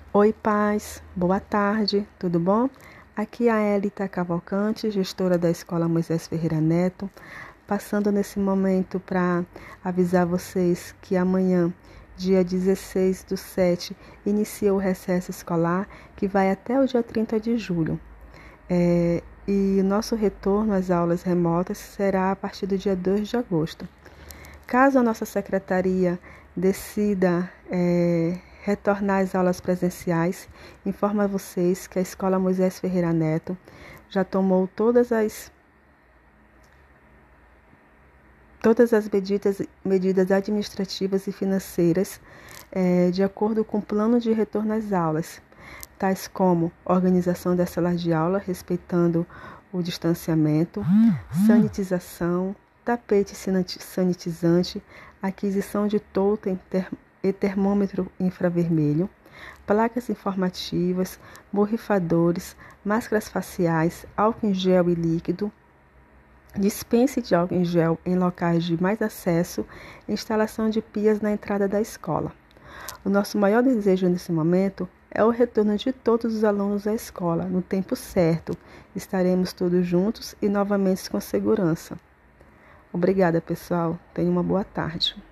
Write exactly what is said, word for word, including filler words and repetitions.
Oi, paz, boa tarde, tudo bom? Aqui é a Elita Cavalcante, gestora da Escola Moisés Ferreira Neto, passando nesse momento para avisar vocês que amanhã, dia dezesseis do sete, inicia o recesso escolar, que vai até o dia trinta de julho. É, e o nosso retorno às aulas remotas será a partir do dia dois de agosto. Caso a nossa secretaria decida é, retornar às aulas presenciais, informo a vocês que a Escola Moisés Ferreira Neto já tomou todas as, todas as medidas, medidas administrativas e financeiras é, de acordo com o plano de retorno às aulas, tais como organização das salas de aula, respeitando o distanciamento, sanitização, tapete sanitizante, aquisição de totem e termômetro infravermelho, placas informativas, borrifadores, máscaras faciais, álcool em gel e líquido, dispense de álcool em gel em locais de mais acesso, instalação de pias na entrada da escola. O nosso maior desejo nesse momento é o retorno de todos os alunos à escola no tempo certo. Estaremos todos juntos e novamente com segurança. Obrigada, pessoal. Tenham uma boa tarde.